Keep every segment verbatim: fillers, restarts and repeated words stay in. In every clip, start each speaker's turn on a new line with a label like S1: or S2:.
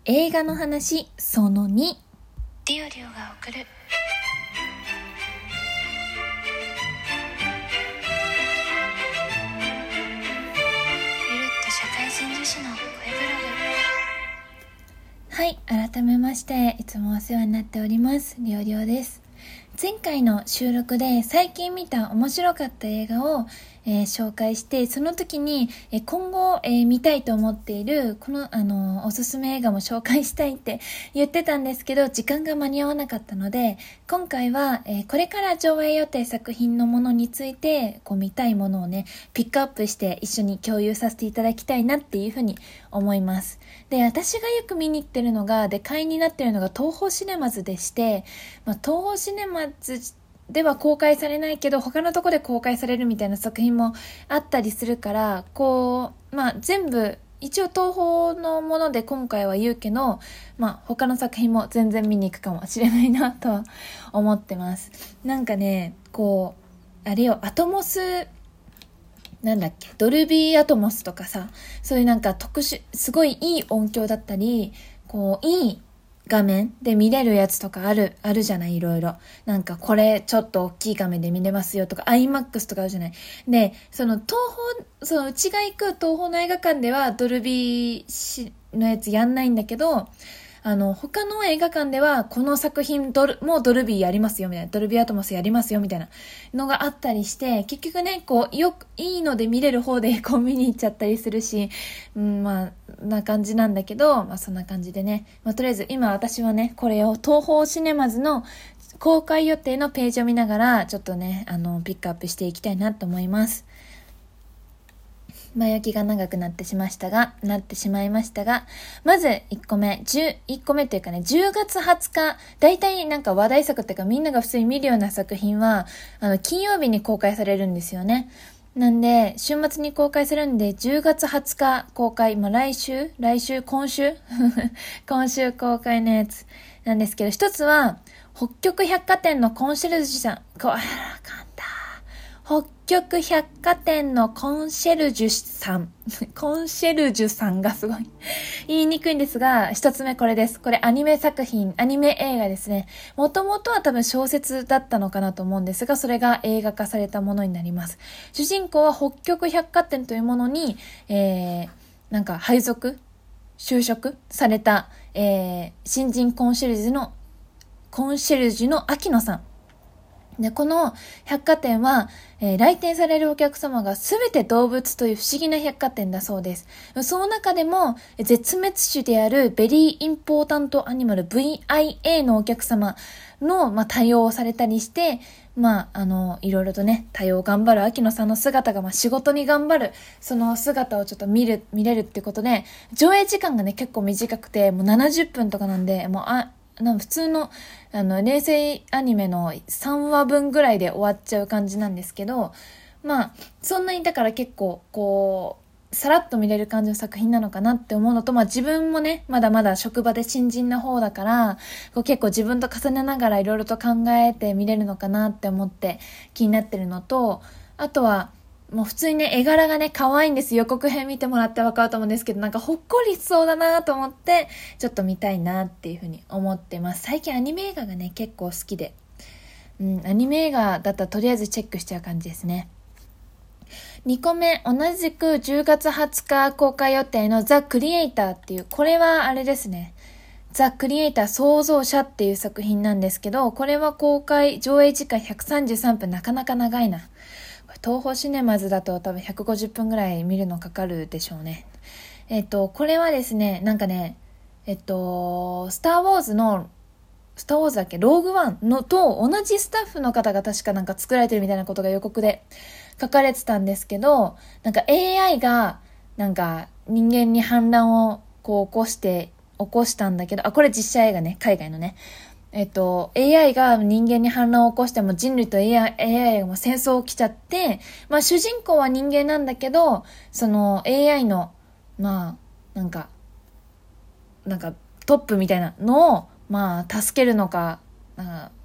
S1: 映画の話そのに。
S2: リオリオが送るゆるっと社会人女子の声ブログ。
S1: はい、改めましていつもお世話になっておりますリオリオです。前回の収録で最近見た面白かった映画を、えー、紹介して、その時に、えー、今後、えー、見たいと思っているこの、あのー、おすすめ映画も紹介したいって言ってたんですけど、時間が間に合わなかったので、今回は、えー、これから上映予定作品のものについてこう見たいものをねピックアップして一緒に共有させていただきたいなっていうふうに思います。で、私がよく見に行ってるのがで会員になってるのが東宝シネマズでして、まあ、東宝シネマズでは公開されないけど他のとこで公開されるみたいな作品もあったりするから、こうまあ全部一応東宝のもので今回は言うけど、まあ他の作品も全然見に行くかもしれないなとは思ってます。なんかね、こうあれよ、アトモスなんだっけ、ドルビーアトモスとかさ、そういうなんか特殊、すごいいい音響だったり、こういい画面で見れるやつとかある、あるじゃない、いろいろ。なんかこれちょっと大きい画面で見れますよとか、アイマックス とかあるじゃない。で、その東宝、そのうちが行く東宝の映画館ではドルビーのやつやんないんだけど、あの他の映画館ではこの作品ドルもうドルビーやりますよみたいな、ドルビーアトモスやりますよみたいなのがあったりして、結局ねこうよくいいので見れる方でこう見に行っちゃったりするし、うん、まあな感じなんだけど、まあそんな感じでね、まあ、とりあえず今私はねこれを東宝シネマズの公開予定のページを見ながらちょっとねあのピックアップしていきたいなと思います。前置きが長くなってしましたが、なってしまいましたが、まずいっこめ、じゅう、いっこめというかね、じゅうがつはつか、だいたいなんか話題作っていうかみんなが普通に見るような作品は、あの、金曜日に公開されるんですよね。なんで、週末に公開するんで、じゅうがつはつか公開、まあ、来週来週今週今週公開のやつなんですけど、一つは、北極百貨店のコンシェルジュさん、こう、あら、簡単。北極百貨店のコンシェルジュさん。コンシェルジュさんがすごい言いにくいんですが、一つ目これです。これアニメ作品、アニメ映画ですね。もともとは多分小説だったのかなと思うんですが、それが映画化されたものになります。主人公は北極百貨店というものに、えー、なんか配属就職された、えー、新人コンシェルジュの、コンシェルジュの秋野さん。で、この百貨店は、えー、来店されるお客様がすべて動物という不思議な百貨店だそうです。その中でも、絶滅種であるベリーインポータントアニマル ブイアイエー のお客様の、まあ、対応をされたりして、まあ、あの、いろいろとね、対応頑張る秋野さんの姿が、まあ、仕事に頑張る、その姿をちょっと見る、見れるってことで、上映時間がね、結構短くて、もうななじゅっぷんとかなんで、もう、あ、なん普通の、あの、冷静アニメのさんわぶんぐらいで終わっちゃう感じなんですけど、まあ、そんなにだから結構、こう、さらっと見れる感じの作品なのかなって思うのと、まあ自分もね、まだまだ職場で新人な方だから、こう結構自分と重ねながらいろいろと考えて見れるのかなって思って気になってるのと、あとは、もう普通にね、絵柄がね、可愛いんです。予告編見てもらってわかると思うんですけど、なんかほっこりしそうだなと思って、ちょっと見たいなっていうふうに思ってます。最近アニメ映画がね、結構好きで。うん、アニメ映画だったらとりあえずチェックしちゃう感じですね。にこめ、同じくじゅうがつはつか公開予定のザ・クリエイターっていう、これはあれですね。ザ・クリエイター創造者っていう作品なんですけど、これは公開、上映時間ひゃくさんじゅうさんぷん、なかなか長いな。東宝シネマズだと多分ひゃくごじゅっぷんぐらい見るのかかるでしょうね。えっと、これはですね、なんかね、えっと、スターウォーズの、スターウォーズだっけローグワンのと同じスタッフの方が確かなんか作られてるみたいなことが予告で書かれてたんですけど、なんか エーアイ がなんか人間に反乱をこう起こして、起こしたんだけど、あ、これ実写映画ね、海外のね。えっと、エーアイ が人間に反乱を起こしても人類と エーアイ、エーアイ がもう戦争起きちゃって、まあ主人公は人間なんだけど、その エーアイ の、まあ、なんか、なんかトップみたいなのを、まあ助けるのか、なんか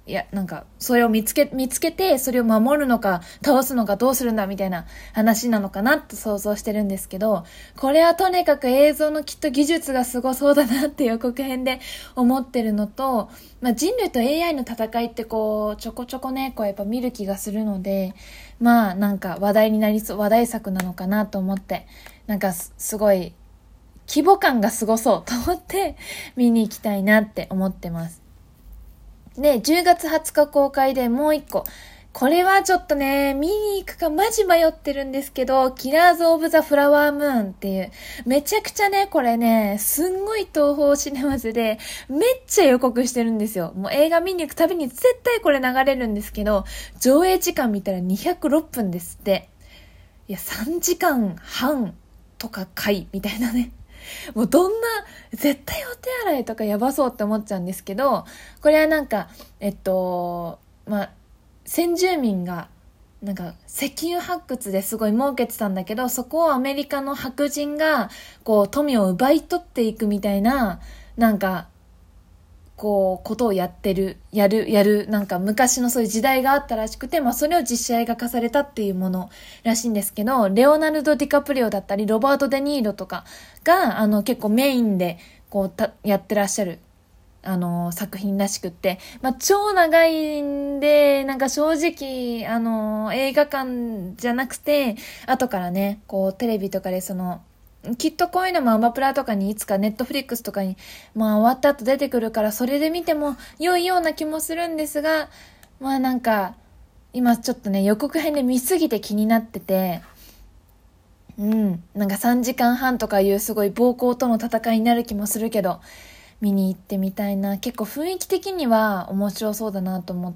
S1: いや、なんか、それを見つけ、見つけて、それを守るのか、倒すのか、どうするんだ、みたいな話なのかなって想像してるんですけど、これはとにかく映像のきっと技術がすごそうだなって予告編で思ってるのと、まあ、人類と エーアイ の戦いってこう、ちょこちょこね、こうやっぱ見る気がするので、まあ、なんか話題になりそう、話題作なのかなと思って、なんかす、すごい、規模感がすごそうと思って見に行きたいなって思ってます。で、じゅうがつはつか公開でもう一個。これはちょっとね、見に行くかマジ迷ってるんですけど、キラーズ・オブ・ザ・フラワームーンっていう、めちゃくちゃね、これね、すんごい東宝シネマズで、めっちゃ予告してるんですよ。もう映画見に行くたびに絶対これ流れるんですけど、上映時間見たらにひゃくろっぷんですって。いや、さんじかんはんとか回みたいなね。もうどんな、絶対お手洗いとかやばそうって思っちゃうんですけど、これはなんか、えっと、まあ、先住民が、なんか石油発掘ですごい儲けてたんだけど、そこをアメリカの白人が、こう、富を奪い取っていくみたいな、なんか、こう、ことをやってる、やる、やる、なんか昔のそういう時代があったらしくて、まあそれを実写映画化されたっていうものらしいんですけど、レオナルド・ディカプリオだったり、ロバート・デ・ニーロとかが、あの結構メインで、こうた、やってらっしゃる、あの、作品らしくって、まあ超長いんで、なんか正直、あの、映画館じゃなくて、後からね、こうテレビとかでその、きっとこういうのもアマプラとかにいつかネットフリックスとかにまあ終わった後出てくるからそれで見ても良いような気もするんですが、まあなんか今ちょっとね予告編で見すぎて気になってて、うんなんかさんじかんはんとかいうすごい暴行との戦いになる気もするけど見に行ってみたいな。結構雰囲気的には面白そうだなと思って、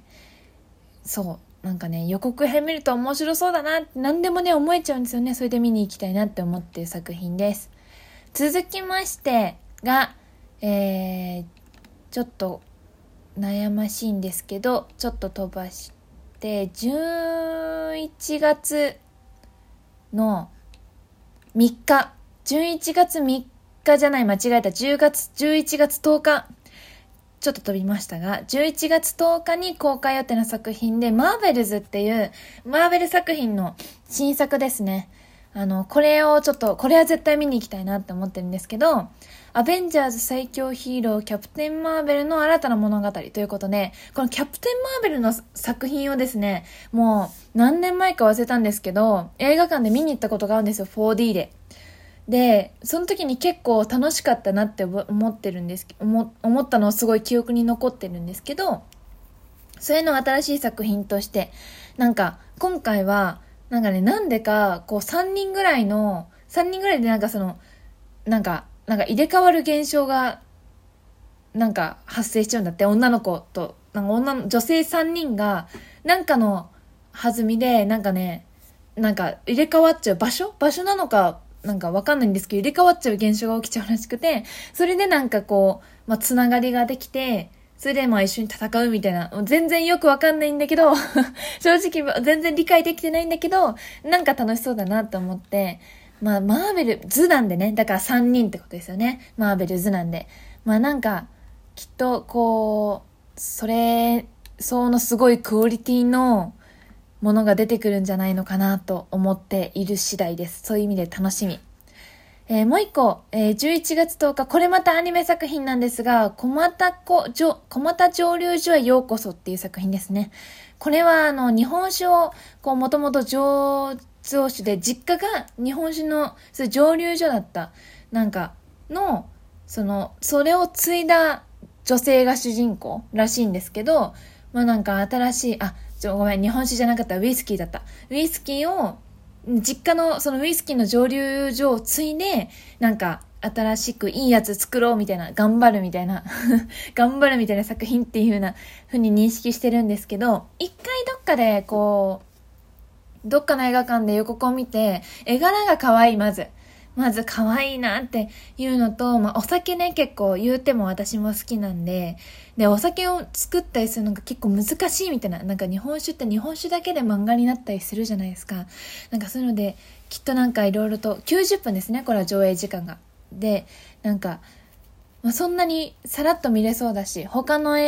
S1: そうなんかね予告編見ると面白そうだなって何でもね思えちゃうんですよね。それで見に行きたいなって思っている作品です。続きましてが、えー、ちょっと悩ましいんですけどちょっと飛ばしてじゅういちがつのみっかじゅういちがつみっかじゃない間違えたじゅうがつじゅういちがつとおかちょっと飛びましたが、じゅういちがつとおかに公開予定の作品で、マーベルズっていう、マーベル作品の新作ですね。あの、これをちょっと、これは絶対見に行きたいなって思ってるんですけど、アベンジャーズ最強ヒーロー、キャプテンマーベルの新たな物語ということで、このキャプテンマーベルの作品をですね、もう何年前か忘れたんですけど、映画館で見に行ったことがあるんですよ、フォーディー で。で、その時に結構楽しかったなって思ってるんですけど、思、思ったのはすごい記憶に残ってるんですけど、それの新しい作品として、なんか今回は、なんかね、なんでか、こうさんにんぐらいの、さんにんぐらいでなんかその、なんか、なんか入れ替わる現象が、なんか発生しちゃうんだって、女の子と、なんか女の、女性さんにんが、なんかの弾みで、なんかね、なんか入れ替わっちゃう場所場所なのか、なんかわかんないんですけど、入れ替わっちゃう現象が起きちゃうらしくて、それでなんかこう、まあ、つながりができて、それでまあ一緒に戦うみたいな、全然よくわかんないんだけど、正直全然理解できてないんだけど、なんか楽しそうだなと思って、まあマーベル、図なんでね、だからさんにんってことですよね。マーベル図なんで。まあなんか、きっとこう、それ、そのすごいクオリティの、ものが出てくるんじゃないのかなと思っている次第です。そういう意味で楽しみ。えー、もう一個、えー、じゅういちがつとおか、これまたアニメ作品なんですが、小俣こ、小俣蒸留所へようこそっていう作品ですね。これはあの、日本酒を、こう、もともと醸造酒で、実家が日本酒の、そういう蒸留所だった、なんか、の、その、それを継いだ女性が主人公らしいんですけど、まあなんか新しい、あ、ごめん、日本酒じゃなかった、ウイスキーだった。ウイスキーを、実家のそのウイスキーの蒸留所を継いで、なんか新しくいいやつ作ろうみたいな、頑張るみたいな、頑張るみたいな作品っていう風な風に認識してるんですけど、一回どっかでこう、どっかの映画館で予告を見て、絵柄が可愛い、まず。まず可愛いなっていうのと、まあお酒ね、結構言うても私も好きなんで、で、お酒を作ったりするのが結構難しいみたいな、なんか日本酒って日本酒だけで漫画になったりするじゃないですか。なんかそういうので、きっとなんかいろいろと、きゅうじゅっぷんですね、これは上映時間が。で、なんか、まあ、そんなにさらっと見れそうだし、他の映画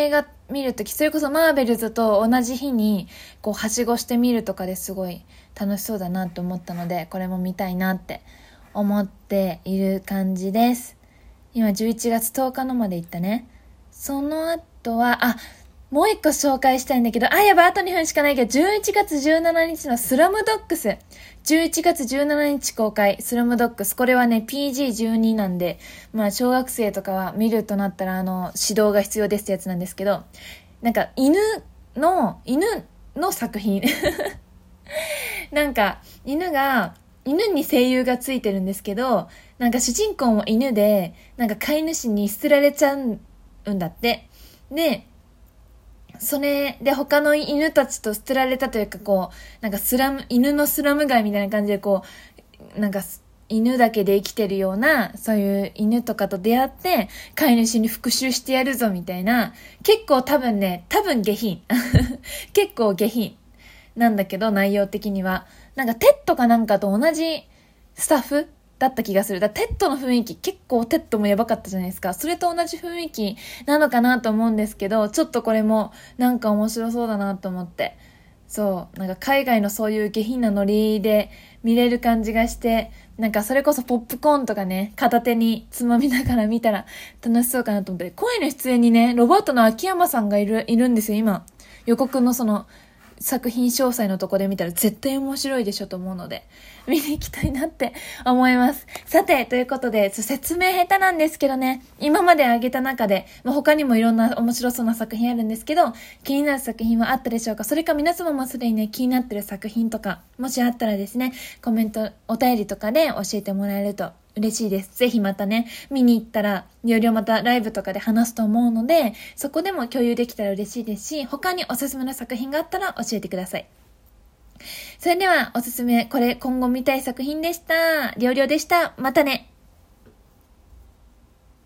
S1: 見るとき、それこそマーベルズと同じ日にこうはしごして見るとかですごい楽しそうだなと思ったので、これも見たいなって思っている感じです。今じゅういちがつとおかのまで行ったね。その後は、あ、もう一個紹介したいんだけど、あ、やばい、あとにふんしかないけど、じゅういちがつじゅうしちにちのスラムドッグス。じゅういちがつじゅうしちにち公開、スラムドッグス。これはね、ピージーじゅうに なんで、まあ、小学生とかは見るとなったら、あの、指導が必要ですってやつなんですけど、なんか、犬の、犬の作品。なんか、犬が、犬に声優がついてるんですけど、なんか主人公も犬で、なんか飼い主に捨てられちゃうんだって。で、それで他の犬たちと捨てられたというか、こう、なんかスラム、犬のスラム街みたいな感じでこう、なんか犬だけで生きてるような、そういう犬とかと出会って、飼い主に復讐してやるぞみたいな、結構多分ね、多分下品。結構下品なんだけど、内容的には。なんかテッドかなんかと同じスタッフだった気がする。だテッドの雰囲気、結構テッドもやばかったじゃないですか。それと同じ雰囲気なのかなと思うんですけど、ちょっとこれもなんか面白そうだなと思って。そう、なんか海外のそういう下品なノリで見れる感じがして、なんかそれこそポップコーンとかね、片手につまみながら見たら楽しそうかなと思って。声の出演にね、ロバートの秋山さんがいる、いるんですよ、今。予告のその、作品詳細のとこで見たら絶対面白いでしょと思うので見に行きたいなって思います。さて、ということで説明下手なんですけどね、今まで挙げた中で、まあ、他にもいろんな面白そうな作品あるんですけど、気になる作品はあったでしょうか。それか皆様もすでにね、気になってる作品とかもしあったらですね、コメントお便りとかで教えてもらえると嬉しいです。ぜひまたね、見に行ったら、いろいろまたライブとかで話すと思うので、そこでも共有できたら嬉しいですし、他におすすめの作品があったら教えてください。それでは、おすすめ、これ今後見たい作品でした。りょうりょうでした。またね。